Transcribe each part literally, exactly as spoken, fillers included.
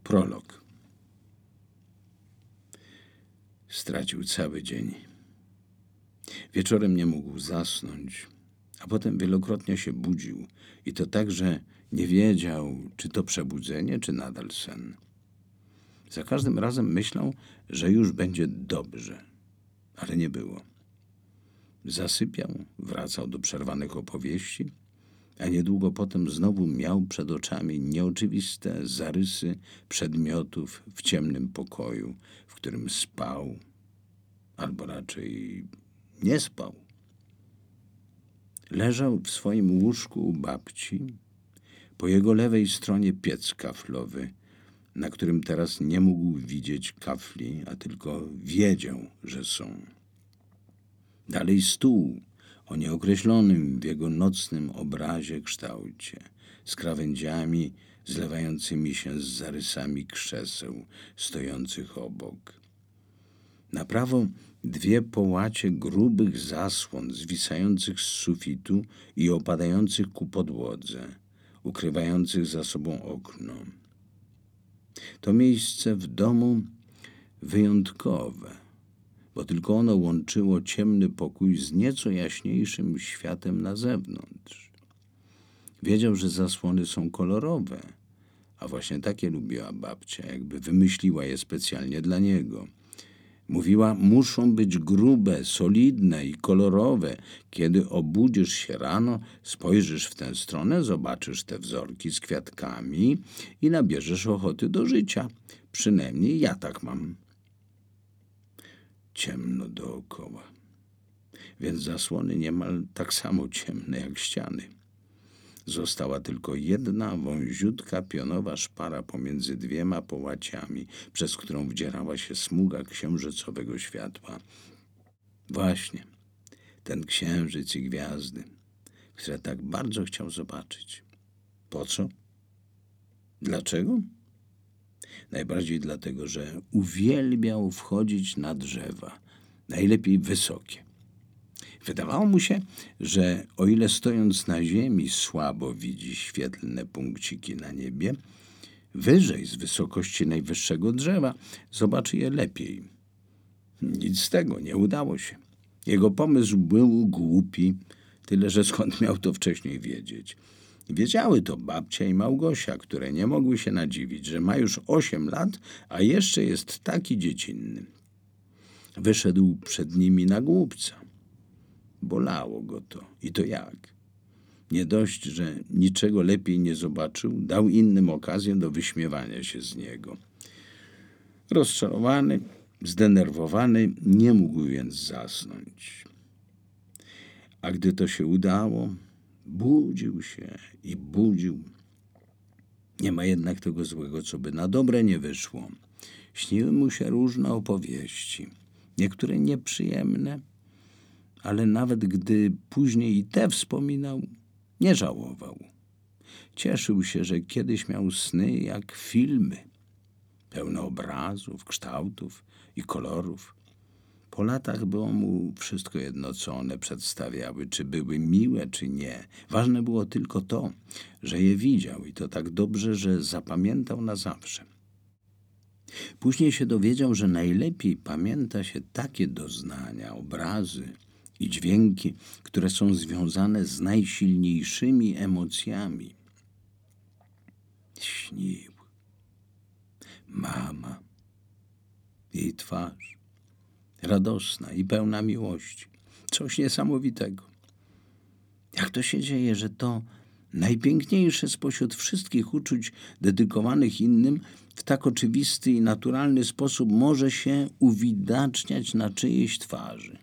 Prolog. Stracił cały dzień. Wieczorem nie mógł zasnąć, a potem wielokrotnie się budził i to tak, że nie wiedział, czy to przebudzenie, czy nadal sen. Za każdym razem myślał, że już będzie dobrze, ale nie było. Zasypiał, wracał do przerwanych opowieści, a niedługo potem znowu miał przed oczami nieoczywiste zarysy przedmiotów w ciemnym pokoju, w którym spał, albo raczej nie spał. Leżał w swoim łóżku u babci, po jego lewej stronie piec kaflowy, na którym teraz nie mógł widzieć kafli, a tylko wiedział, że są. Dalej stół o nieokreślonym w jego nocnym obrazie kształcie, z krawędziami zlewającymi się z zarysami krzeseł stojących obok. Na prawo dwie połacie grubych zasłon zwisających z sufitu i opadających ku podłodze, ukrywających za sobą okno. To miejsce w domu wyjątkowe, bo tylko ono łączyło ciemny pokój z nieco jaśniejszym światem na zewnątrz. Wiedział, że zasłony są kolorowe, a właśnie takie lubiła babcia, jakby wymyśliła je specjalnie dla niego. Mówiła, muszą być grube, solidne i kolorowe. Kiedy obudzisz się rano, spojrzysz w tę stronę, zobaczysz te wzorki z kwiatkami i nabierzesz ochoty do życia. Przynajmniej ja tak mam. Ciemno dookoła, więc zasłony niemal tak samo ciemne jak ściany. Została tylko jedna wąziutka pionowa szpara pomiędzy dwiema połaciami, przez którą wdzierała się smuga księżycowego światła. Właśnie ten księżyc i gwiazdy, które tak bardzo chciał zobaczyć. Po co? Dlaczego? Najbardziej dlatego, że uwielbiał wchodzić na drzewa, najlepiej wysokie. Wydawało mu się, że o ile stojąc na ziemi słabo widzi świetlne punkciki na niebie, wyżej z wysokości najwyższego drzewa zobaczy je lepiej. Nic z tego nie udało się. Jego pomysł był głupi, tyle że skąd miał to wcześniej wiedzieć. Wiedziały to babcia i Małgosia, które nie mogły się nadziwić, że ma już osiem lat, a jeszcze jest taki dziecinny. Wyszedł przed nimi na głupca. Bolało go to. I to jak? Nie dość, że niczego lepiej nie zobaczył, dał innym okazję do wyśmiewania się z niego. Rozczarowany, zdenerwowany, nie mógł więc zasnąć. A gdy to się udało, budził się i budził. Nie ma jednak tego złego, co by na dobre nie wyszło. Śniły mu się różne opowieści, niektóre nieprzyjemne, ale nawet gdy później i te wspominał, nie żałował. Cieszył się, że kiedyś miał sny jak filmy, pełne obrazów, kształtów i kolorów. Po latach było mu wszystko jedno, co one przedstawiały, czy były miłe, czy nie. Ważne było tylko to, że je widział i to tak dobrze, że zapamiętał na zawsze. Później się dowiedział, że najlepiej pamięta się takie doznania, obrazy i dźwięki, które są związane z najsilniejszymi emocjami. Śnił. Mama. Jej twarz. Radosna i pełna miłości. Coś niesamowitego. Jak to się dzieje, że to najpiękniejsze spośród wszystkich uczuć dedykowanych innym w tak oczywisty i naturalny sposób może się uwidaczniać na czyjejś twarzy?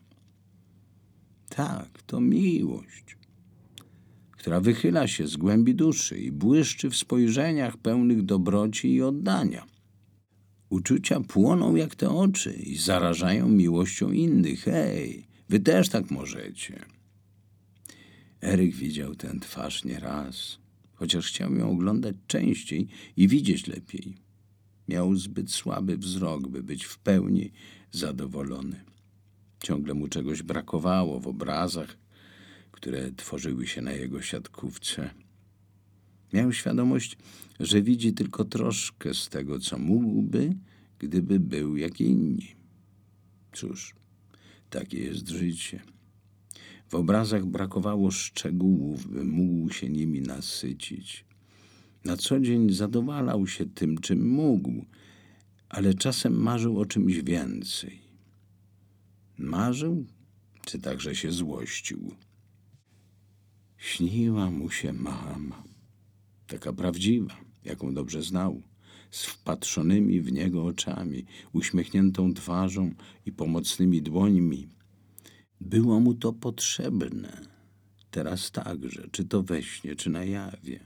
Tak, to miłość, która wychyla się z głębi duszy i błyszczy w spojrzeniach pełnych dobroci i oddania. Uczucia płoną jak te oczy i zarażają miłością innych. Hej, wy też tak możecie. Eryk widział tę twarz nieraz, chociaż chciał ją oglądać częściej i widzieć lepiej. Miał zbyt słaby wzrok, by być w pełni zadowolony. Ciągle mu czegoś brakowało w obrazach, które tworzyły się na jego siatkówce. Miał świadomość, że widzi tylko troszkę z tego, co mógłby, gdyby był jak inni. Cóż, takie jest życie. W obrazach brakowało szczegółów, by mógł się nimi nasycić. Na co dzień zadowalał się tym, czym mógł, ale czasem marzył o czymś więcej. Marzył, czy także się złościł? Śniła mu się mama, taka prawdziwa, jaką dobrze znał, z wpatrzonymi w niego oczami, uśmiechniętą twarzą i pomocnymi dłońmi. Było mu to potrzebne, teraz także, czy to we śnie, czy na jawie.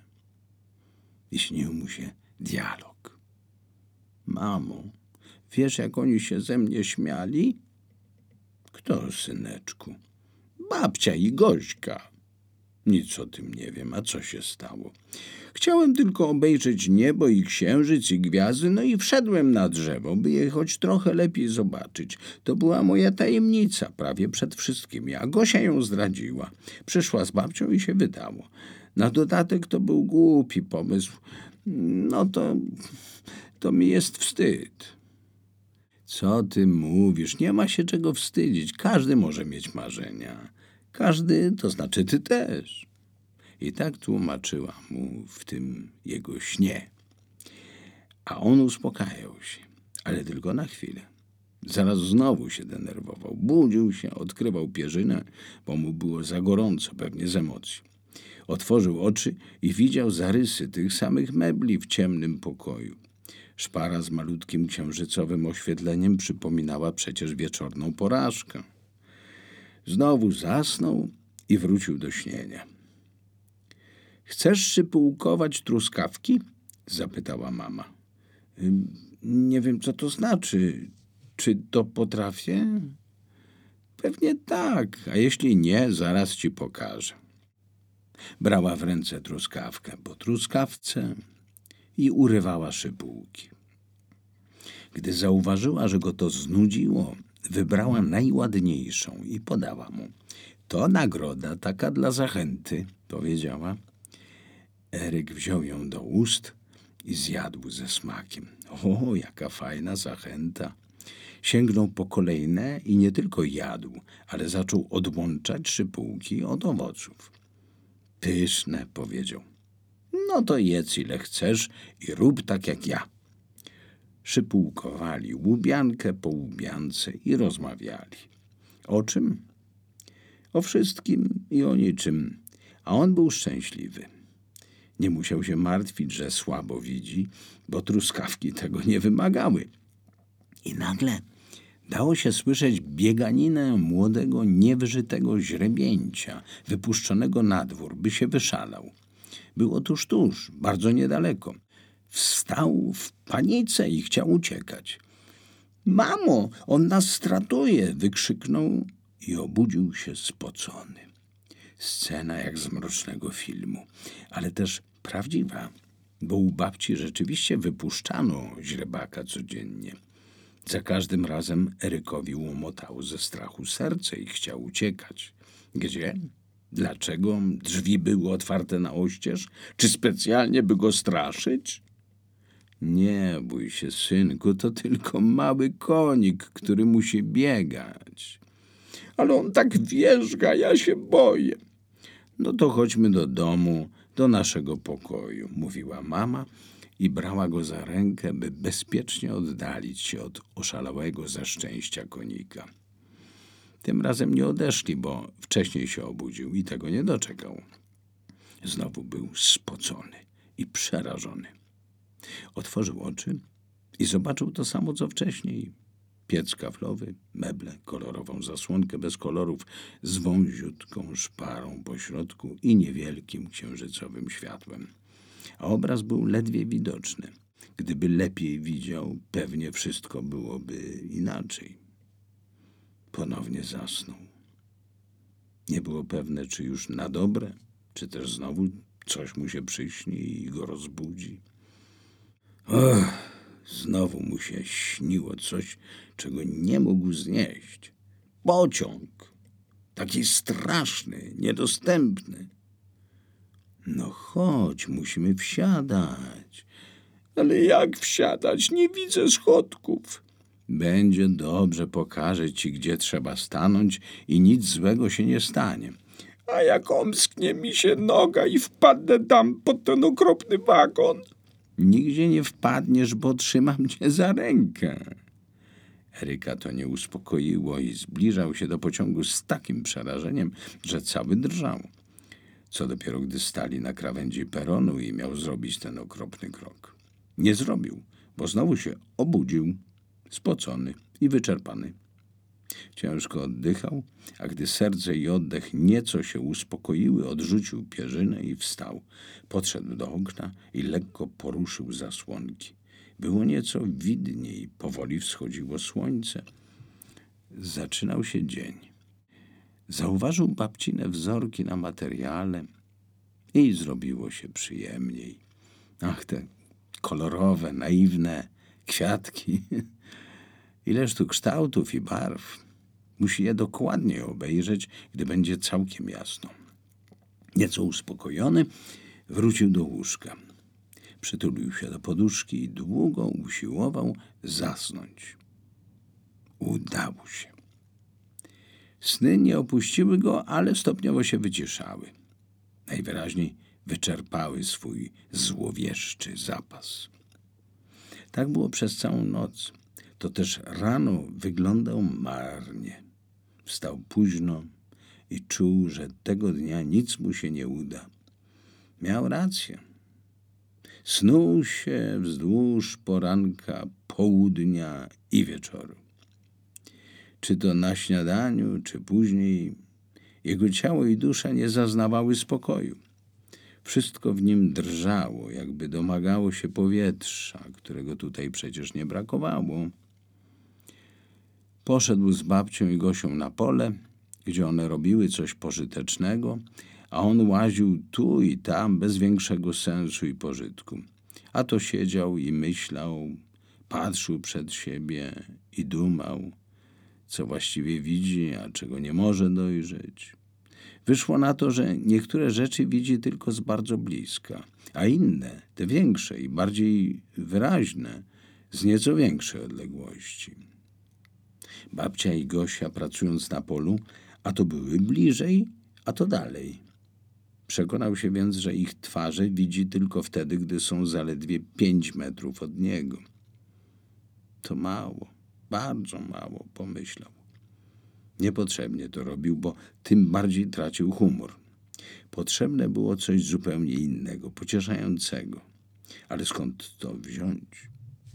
I śnił mu się dialog. Mamo, wiesz, jak oni się ze mnie śmiali? Kto, syneczku? Babcia i Gośka. Nic o tym nie wiem, a co się stało? Chciałem tylko obejrzeć niebo i księżyc i gwiazdy, no i wszedłem na drzewo, by je choć trochę lepiej zobaczyć. To była moja tajemnica, prawie przed wszystkimi, a Gosia ją zdradziła. Przyszła z babcią i się wydało. Na dodatek to był głupi pomysł. No to, to mi jest wstyd. Co ty mówisz? Nie ma się czego wstydzić. Każdy może mieć marzenia. Każdy, to znaczy ty też. I tak tłumaczyła mu w tym jego śnie. A on uspokajał się, ale tylko na chwilę. Zaraz znowu się denerwował. Budził się, odkrywał pierzynę, bo mu było za gorąco, pewnie z emocji. Otworzył oczy i widział zarysy tych samych mebli w ciemnym pokoju. Szpara z malutkim księżycowym oświetleniem przypominała przecież wieczorną porażkę. Znowu zasnął i wrócił do śnienia. Chcesz szypułkować truskawki? Zapytała mama. Nie wiem, co to znaczy. Czy to potrafię? Pewnie tak, a jeśli nie, zaraz ci pokażę. Brała w ręce truskawkę po truskawce i urywała szypułki. Gdy zauważyła, że go to znudziło, wybrała najładniejszą i podała mu. To nagroda taka dla zachęty, powiedziała. Eryk wziął ją do ust i zjadł ze smakiem. O, jaka fajna zachęta. Sięgnął po kolejne i nie tylko jadł, ale zaczął odłączać szypułki od owoców. Pyszne, powiedział. No to jedz ile chcesz i rób tak jak ja. Szypułkowali łubiankę po łubiance i rozmawiali. O czym? O wszystkim i o niczym, a on był szczęśliwy. Nie musiał się martwić, że słabo widzi, bo truskawki tego nie wymagały. I nagle dało się słyszeć bieganinę młodego, niewyżytego źrebięcia, wypuszczonego na dwór, by się wyszalał. Było tuż, tuż, bardzo niedaleko. Wstał w panice i chciał uciekać. Mamo, on nas stratuje! Wykrzyknął i obudził się spocony. Scena jak z mrocznego filmu, ale też prawdziwa, bo u babci rzeczywiście wypuszczano źrebaka codziennie. Za każdym razem Erykowi łomotało ze strachu serce i chciał uciekać. Gdzie? Dlaczego? Drzwi były otwarte na oścież? Czy specjalnie, by go straszyć? Nie bój się, synku, to tylko mały konik, który musi biegać. Ale on tak wierzga, ja się boję. No to chodźmy do domu, do naszego pokoju, mówiła mama i brała go za rękę, by bezpiecznie oddalić się od oszalałego ze szczęścia konika. Tym razem nie odeszli, bo wcześniej się obudził i tego nie doczekał. Znowu był spocony i przerażony. Otworzył oczy i zobaczył to samo, co wcześniej. Piec kaflowy, meble, kolorową zasłonkę bez kolorów z wąziutką szparą po środku i niewielkim księżycowym światłem. A obraz był ledwie widoczny. Gdyby lepiej widział, pewnie wszystko byłoby inaczej. Ponownie zasnął. Nie było pewne, czy już na dobre, czy też znowu coś mu się przyśni i go rozbudzi. Och, znowu mu się śniło coś, czego nie mógł znieść. Pociąg, taki straszny, niedostępny. No chodź, musimy wsiadać. Ale jak wsiadać? Nie widzę schodków. Będzie dobrze, pokażę ci, gdzie trzeba stanąć i nic złego się nie stanie. A jak omsknie mi się noga i wpadnę tam pod ten okropny wagon? Nigdzie nie wpadniesz, bo trzymam cię za rękę. Eryka to nie uspokoiło i zbliżał się do pociągu z takim przerażeniem, że cały drżał. Co dopiero, gdy stali na krawędzi peronu i miał zrobić ten okropny krok. Nie zrobił, bo znowu się obudził, spocony i wyczerpany. Ciężko oddychał, a gdy serce i oddech nieco się uspokoiły, odrzucił pierzynę i wstał. Podszedł do okna i lekko poruszył zasłonki. Było nieco widniej, powoli wschodziło słońce. Zaczynał się dzień. Zauważył babcine wzorki na materiale i zrobiło się przyjemniej. Ach, te kolorowe, naiwne kwiatki. Ileż tu kształtów i barw. Musi je dokładnie obejrzeć, gdy będzie całkiem jasno. Nieco uspokojony, wrócił do łóżka. Przytulił się do poduszki i długo usiłował zasnąć. Udało się. Sny nie opuściły go, ale stopniowo się wyciszały. Najwyraźniej wyczerpały swój złowieszczy zapas. Tak było przez całą noc. To też rano wyglądał marnie. Wstał późno i czuł, że tego dnia nic mu się nie uda. Miał rację. Snuł się wzdłuż poranka, południa i wieczoru. Czy to na śniadaniu, czy później, jego ciało i dusza nie zaznawały spokoju. Wszystko w nim drżało, jakby domagało się powietrza, którego tutaj przecież nie brakowało. Poszedł z babcią i Gosią na pole, gdzie one robiły coś pożytecznego, a on łaził tu i tam bez większego sensu i pożytku. A to siedział i myślał, patrzył przed siebie i dumał, co właściwie widzi, a czego nie może dojrzeć. Wyszło na to, że niektóre rzeczy widzi tylko z bardzo bliska, a inne, te większe i bardziej wyraźne, z nieco większej odległości. Babcia i Gosia, pracując na polu, a to były bliżej, a to dalej. Przekonał się więc, że ich twarze widzi tylko wtedy, gdy są zaledwie pięć metrów od niego. To mało, bardzo mało, pomyślał. Niepotrzebnie to robił, bo tym bardziej tracił humor. Potrzebne było coś zupełnie innego, pocieszającego. Ale skąd to wziąć?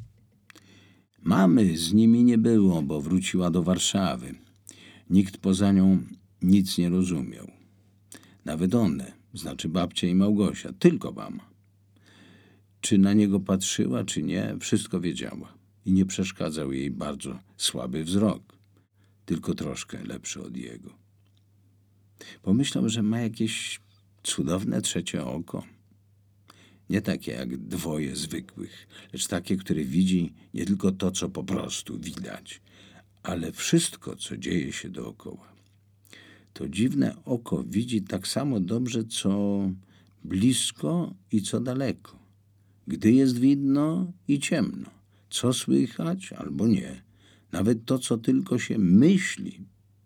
Mamy z nimi nie było, bo wróciła do Warszawy. Nikt poza nią nic nie rozumiał. Nawet one, znaczy babcia i Małgosia, tylko mama. Czy na niego patrzyła, czy nie, wszystko wiedziała i nie przeszkadzał jej bardzo słaby wzrok, tylko troszkę lepszy od jego. Pomyślał, że ma jakieś cudowne trzecie oko. Nie takie jak dwoje zwykłych, lecz takie, które widzi nie tylko to, co po prostu widać, ale wszystko, co dzieje się dookoła. To dziwne oko widzi tak samo dobrze, co blisko i co daleko. Gdy jest widno i ciemno, co słychać albo nie, nawet to, co tylko się myśli.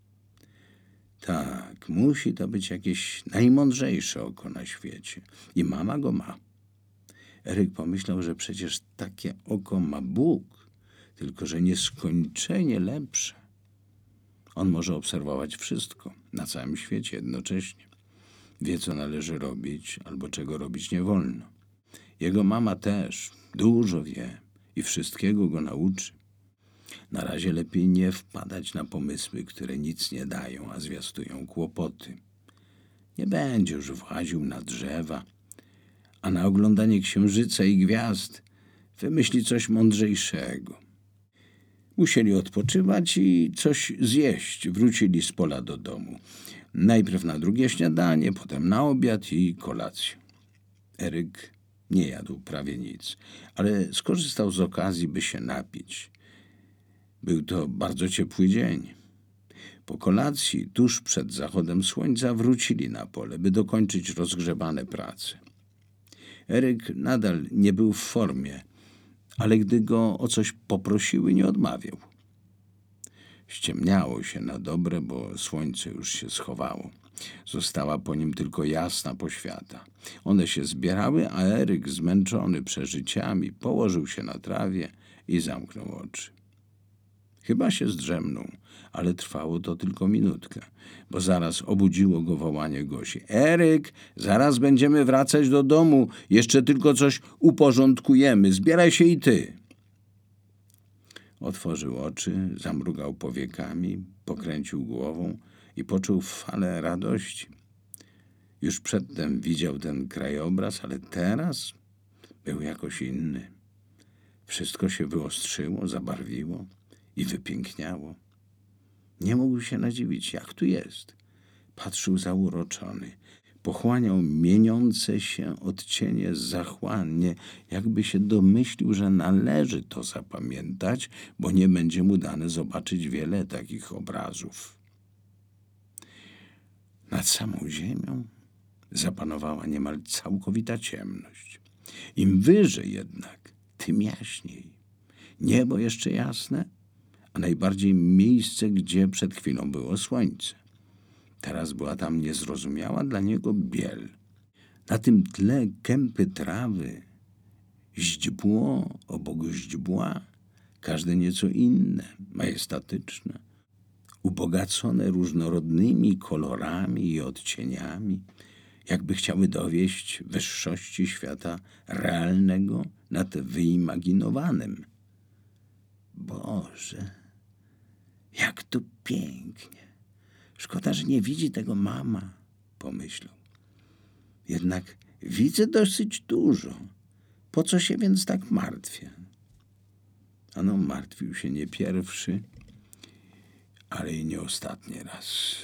Tak, musi to być jakieś najmądrzejsze oko na świecie. I mama go ma. Eryk pomyślał, że przecież takie oko ma Bóg, tylko że nieskończenie lepsze. On może obserwować wszystko na całym świecie jednocześnie. Wie, co należy robić albo czego robić nie wolno. Jego mama też dużo wie i wszystkiego go nauczy. Na razie lepiej nie wpadać na pomysły, które nic nie dają, a zwiastują kłopoty. Nie będzie już właził na drzewa, a na oglądanie księżyca i gwiazd wymyśli coś mądrzejszego. Musieli odpoczywać i coś zjeść. Wrócili z pola do domu. Najpierw na drugie śniadanie, potem na obiad i kolację. Eryk nie jadł prawie nic, ale skorzystał z okazji, by się napić. Był to bardzo ciepły dzień. Po kolacji, tuż przed zachodem słońca, wrócili na pole, by dokończyć rozgrzewane prace. Eryk nadal nie był w formie, ale gdy go o coś poprosiły, nie odmawiał. Ściemniało się na dobre, bo słońce już się schowało. Została po nim tylko jasna poświata. One się zbierały, a Eryk, zmęczony przeżyciami, położył się na trawie i zamknął oczy. Chyba się zdrzemnął, ale trwało to tylko minutkę, bo zaraz obudziło go wołanie Gosi. Eryk, zaraz będziemy wracać do domu, jeszcze tylko coś uporządkujemy, zbieraj się i ty. Otworzył oczy, zamrugał powiekami, pokręcił głową i poczuł falę radości. Już przedtem widział ten krajobraz, ale teraz był jakoś inny. Wszystko się wyostrzyło, zabarwiło i wypiękniało. Nie mógł się nadziwić, jak tu jest. Patrzył zauroczony. Pochłaniał mieniące się odcienie zachłannie, jakby się domyślił, że należy to zapamiętać, bo nie będzie mu dane zobaczyć wiele takich obrazów. Nad samą ziemią zapanowała niemal całkowita ciemność. Im wyżej jednak, tym jaśniej. Niebo jeszcze jasne, a najbardziej miejsce, gdzie przed chwilą było słońce. Teraz była tam niezrozumiała dla niego biel. Na tym tle kępy trawy, źdźbło obok źdźbła, każde nieco inne, majestatyczne, ubogacone różnorodnymi kolorami i odcieniami, jakby chciały dowieść wyższości świata realnego nad wyimaginowanym. Boże, jak tu pięknie! Szkoda, że nie widzi tego mama, pomyślał. Jednak widzę dosyć dużo. Po co się więc tak martwię? Ano, martwił się nie pierwszy, ale i nie ostatni raz.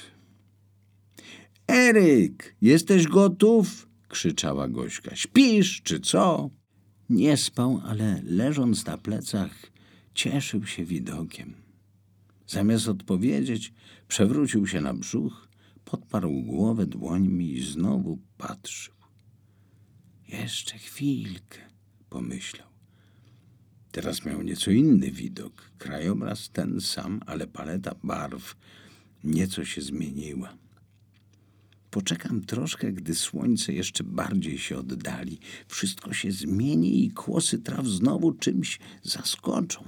Eryk, jesteś gotów? Krzyczała Gośka. Śpisz, czy co? Nie spał, ale leżąc na plecach, cieszył się widokiem. Zamiast odpowiedzieć, przewrócił się na brzuch, podparł głowę dłońmi i znowu patrzył. Jeszcze chwilkę, pomyślał. Teraz miał nieco inny widok. Krajobraz ten sam, ale paleta barw nieco się zmieniła. Poczekam troszkę, gdy słońce jeszcze bardziej się oddali. Wszystko się zmieni i kłosy traw znowu czymś zaskoczą.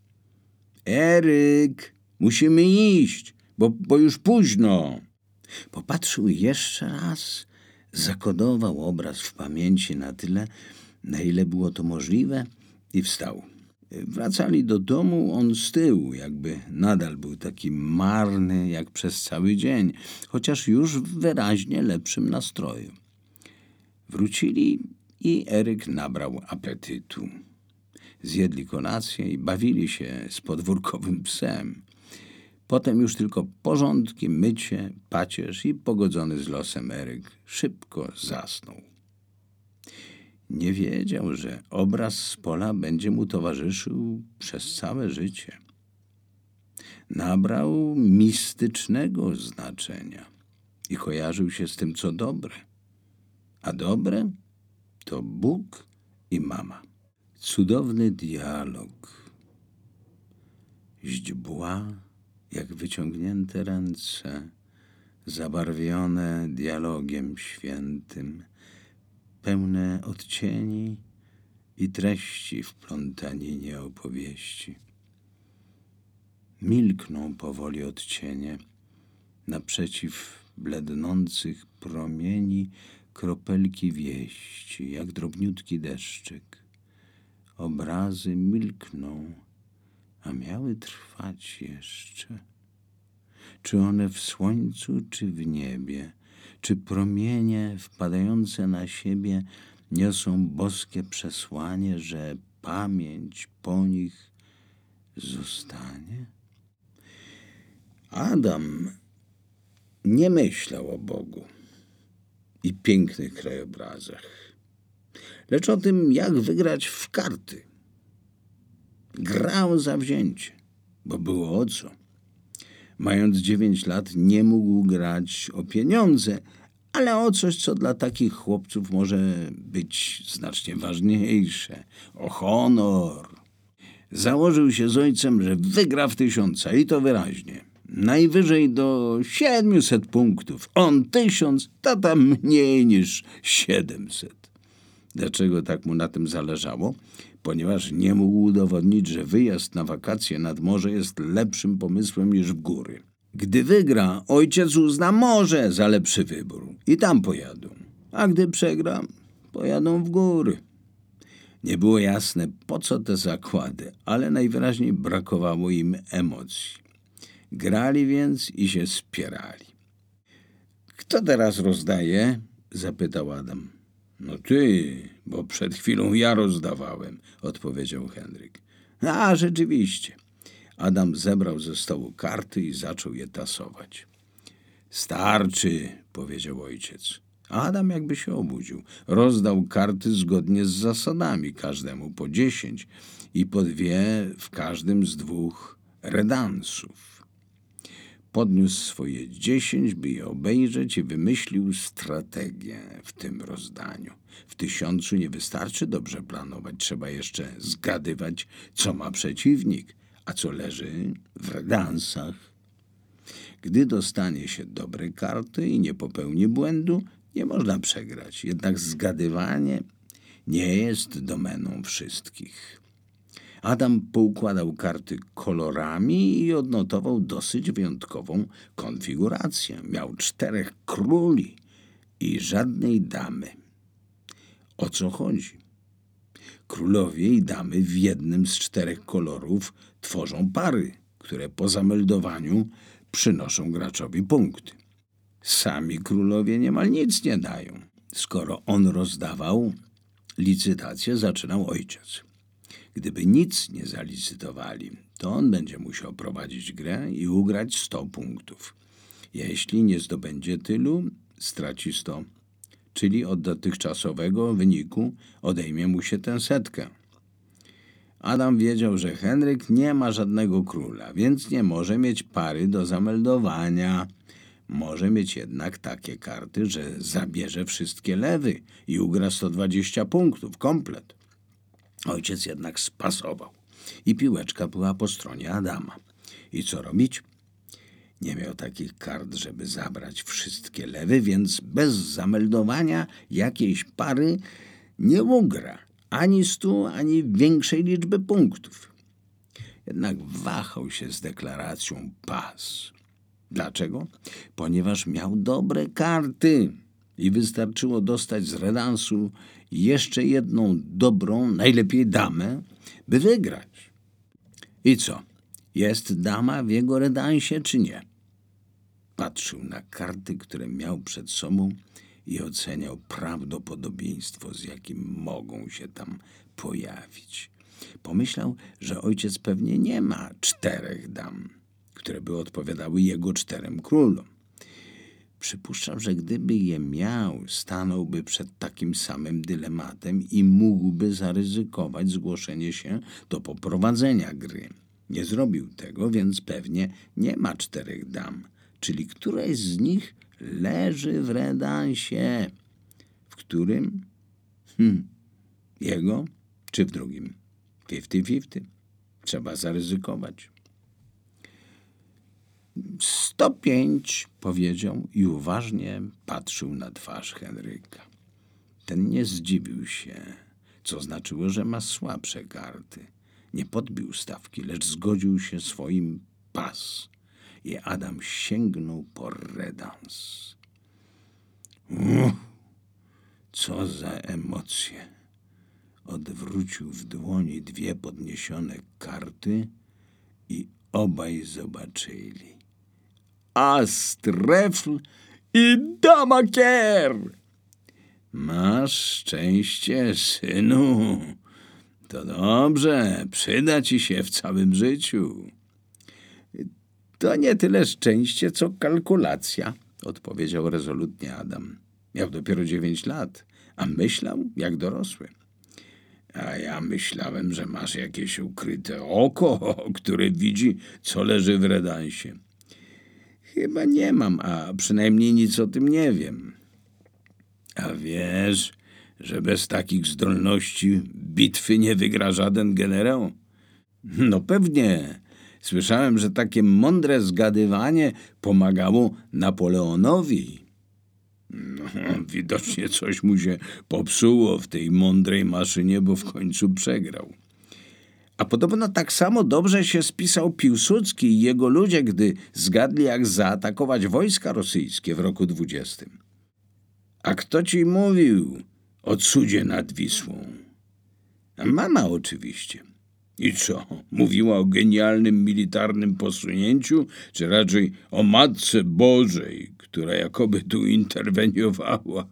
Eryk, musimy iść, bo, bo już późno. Popatrzył jeszcze raz, zakodował obraz w pamięci na tyle, na ile było to możliwe i wstał. Wracali do domu, on z tyłu, jakby nadal był taki marny jak przez cały dzień, chociaż już w wyraźnie lepszym nastroju. Wrócili i Eryk nabrał apetytu. Zjedli kolację i bawili się z podwórkowym psem. Potem już tylko porządki, mycie, pacierz i pogodzony z losem Eryk szybko zasnął. Nie wiedział, że obraz z pola będzie mu towarzyszył przez całe życie. Nabrał mistycznego znaczenia i kojarzył się z tym, co dobre. A dobre to Bóg i mama. Cudowny dialog. Źdźbła, jak wyciągnięte ręce, zabarwione dialogiem świętym, pełne odcieni i treści w plątaninie opowieści. Milkną powoli odcienie, naprzeciw blednących promieni kropelki wieści, jak drobniutki deszczyk. Obrazy milkną, a miały trwać jeszcze. Czy one w słońcu, czy w niebie, czy promienie wpadające na siebie niosą boskie przesłanie, że pamięć po nich zostanie? Adam nie myślał o Bogu i pięknych krajobrazach, lecz o tym, jak wygrać w karty. Grał zawzięcie, bo było o co. Mając dziewięć lat, nie mógł grać o pieniądze, ale o coś, co dla takich chłopców może być znacznie ważniejsze. O honor. Założył się z ojcem, że wygra w tysiąca i to wyraźnie. Najwyżej do siedmiuset punktów. On tysiąc, tata mniej niż siedemset. Dlaczego tak mu na tym zależało? Ponieważ nie mógł udowodnić, że wyjazd na wakacje nad morze jest lepszym pomysłem niż w góry. Gdy wygra, ojciec uzna morze za lepszy wybór i tam pojadą. A gdy przegra, pojadą w góry. Nie było jasne, po co te zakłady, ale najwyraźniej brakowało im emocji. Grali więc i się spierali. Kto teraz rozdaje? Zapytał Adam. No ty, bo przed chwilą ja rozdawałem, odpowiedział Henryk. A, rzeczywiście. Adam zebrał ze stołu karty i zaczął je tasować. Starczy, powiedział ojciec. Adam jakby się obudził. Rozdał karty zgodnie z zasadami, każdemu po dziesięć i po dwie w każdym z dwóch redansów. Podniósł swoje dziesięć, by je obejrzeć i wymyślił strategię w tym rozdaniu. W tysiącu nie wystarczy dobrze planować, trzeba jeszcze zgadywać, co ma przeciwnik, a co leży w redansach. Gdy dostanie się dobre karty i nie popełni błędu, nie można przegrać. Jednak zgadywanie nie jest domeną wszystkich. Adam poukładał karty kolorami i odnotował dosyć wyjątkową konfigurację. Miał czterech króli i żadnej damy. O co chodzi? Królowie i damy w jednym z czterech kolorów tworzą pary, które po zameldowaniu przynoszą graczowi punkty. Sami królowie niemal nic nie dają. Skoro on rozdawał, licytację zaczynał ojciec. Gdyby nic nie zalicytowali, to on będzie musiał prowadzić grę i ugrać sto punktów. Jeśli nie zdobędzie tylu, straci sto, czyli od dotychczasowego wyniku odejmie mu się tę setkę. Adam wiedział, że Henryk nie ma żadnego króla, więc nie może mieć pary do zameldowania. Może mieć jednak takie karty, że zabierze wszystkie lewy i ugra sto dwadzieścia punktów, komplet. Ojciec jednak spasował i piłeczka była po stronie Adama. I co robić? Nie miał takich kart, żeby zabrać wszystkie lewy, więc bez zameldowania jakiejś pary nie ugra ani stu, ani większej liczby punktów. Jednak wahał się z deklaracją pas. Dlaczego? Ponieważ miał dobre karty i wystarczyło dostać z redansu jeszcze jedną dobrą, najlepiej damę, by wygrać. I co? Jest dama w jego redansie, czy nie? Patrzył na karty, które miał przed sobą i oceniał prawdopodobieństwo, z jakim mogą się tam pojawić. Pomyślał, że ojciec pewnie nie ma czterech dam, które by odpowiadały jego czterem królom. Przypuszczał, że gdyby je miał, stanąłby przed takim samym dylematem i mógłby zaryzykować zgłoszenie się do poprowadzenia gry. Nie zrobił tego, więc pewnie nie ma czterech dam, czyli któraś z nich leży w redansie. W którym? Hmm, jego czy w drugim? Fifty fifty. Trzeba zaryzykować. Sto pięć, powiedział i uważnie patrzył na twarz Henryka. Ten nie zdziwił się, co znaczyło, że ma słabsze karty. Nie podbił stawki, lecz zgodził się swoim pas. I Adam sięgnął po redans. Uff, co za emocje! Odwrócił w dłoni dwie podniesione karty i obaj zobaczyli. As, trefl i dama kier. Masz szczęście, synu. To dobrze, przyda ci się w całym życiu. To nie tyle szczęście, co kalkulacja, odpowiedział rezolutnie Adam. Miał dopiero dziewięć lat, a myślał jak dorosły. A ja myślałem, że masz jakieś ukryte oko, które widzi, co leży w redansie. Chyba nie mam, a przynajmniej nic o tym nie wiem. A wiesz, że bez takich zdolności bitwy nie wygra żaden generał? No pewnie. Słyszałem, że takie mądre zgadywanie pomagało Napoleonowi. No, widocznie coś mu się popsuło w tej mądrej maszynie, bo w końcu przegrał. A podobno tak samo dobrze się spisał Piłsudski i jego ludzie, gdy zgadli, jak zaatakować wojska rosyjskie w roku dwudziestym. A kto ci mówił o cudzie nad Wisłą? Mama oczywiście. I co? Mówiła o genialnym militarnym posunięciu, czy raczej o Matce Bożej, która jakoby tu interweniowała?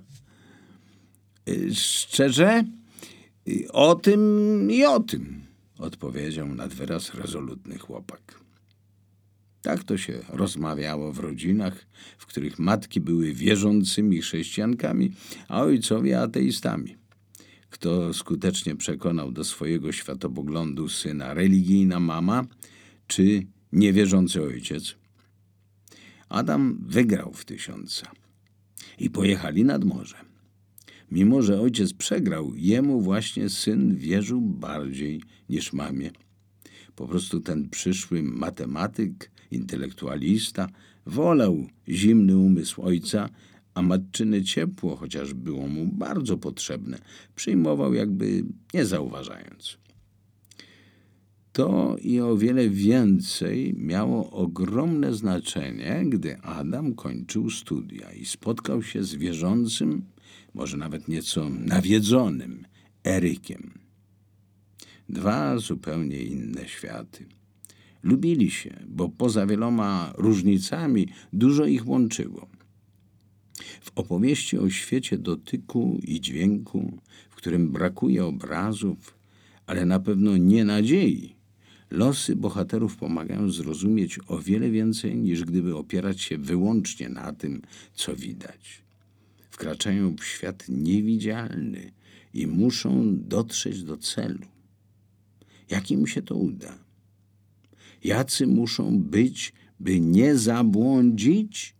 Szczerze? O tym i o tym, odpowiedział nad wyraz rezolutny chłopak. Tak to się rozmawiało w rodzinach, w których matki były wierzącymi chrześcijankami, a ojcowie ateistami. Kto skutecznie przekonał do swojego światopoglądu syna, religijna mama czy niewierzący ojciec? Adam wygrał w tysiąca i pojechali nad morze. Mimo że ojciec przegrał, jemu właśnie syn wierzył bardziej niż mamie. Po prostu ten przyszły matematyk, intelektualista wolał zimny umysł ojca, a matczyne ciepło, chociaż było mu bardzo potrzebne, przyjmował jakby nie zauważając. To i o wiele więcej miało ogromne znaczenie, gdy Adam kończył studia i spotkał się z wierzącym, może nawet nieco nawiedzonym Erykiem. Dwa zupełnie inne światy. Lubili się, bo poza wieloma różnicami dużo ich łączyło. W opowieści o świecie dotyku i dźwięku, w którym brakuje obrazów, ale na pewno nie nadziei, losy bohaterów pomagają zrozumieć o wiele więcej, niż gdyby opierać się wyłącznie na tym, co widać. Wkraczają w świat niewidzialny i muszą dotrzeć do celu. Jak im się to uda? Jacy muszą być, by nie zabłądzić?